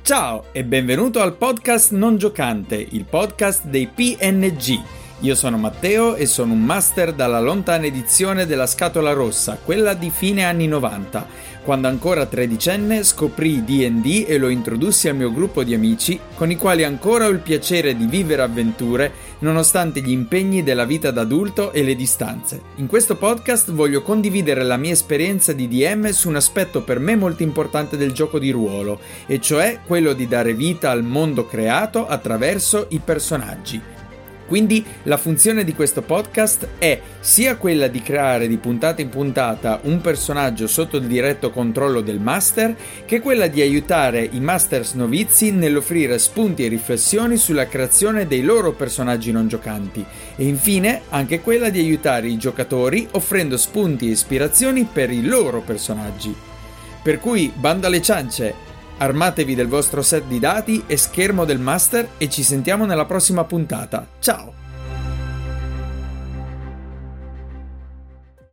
Ciao e benvenuto al podcast Non Giocante, il podcast dei PNG. Io sono Matteo e sono un master dalla lontana edizione della Scatola Rossa, quella di fine anni 90, quando ancora tredicenne scoprì D&D e lo introdussi al mio gruppo di amici, con i quali ancora ho il piacere di vivere avventure, nonostante gli impegni della vita d'adulto e le distanze. In questo podcast voglio condividere la mia esperienza di DM su un aspetto per me molto importante del gioco di ruolo, e cioè quello di dare vita al mondo creato attraverso i personaggi. Quindi la funzione di questo podcast è sia quella di creare di puntata in puntata un personaggio sotto il diretto controllo del master, che quella di aiutare i masters novizi nell'offrire spunti e riflessioni sulla creazione dei loro personaggi non giocanti, e infine anche quella di aiutare i giocatori offrendo spunti e ispirazioni per i loro personaggi. Per cui bando alle ciance! Armatevi del vostro set di dati e schermo del master e ci sentiamo nella prossima puntata. Ciao!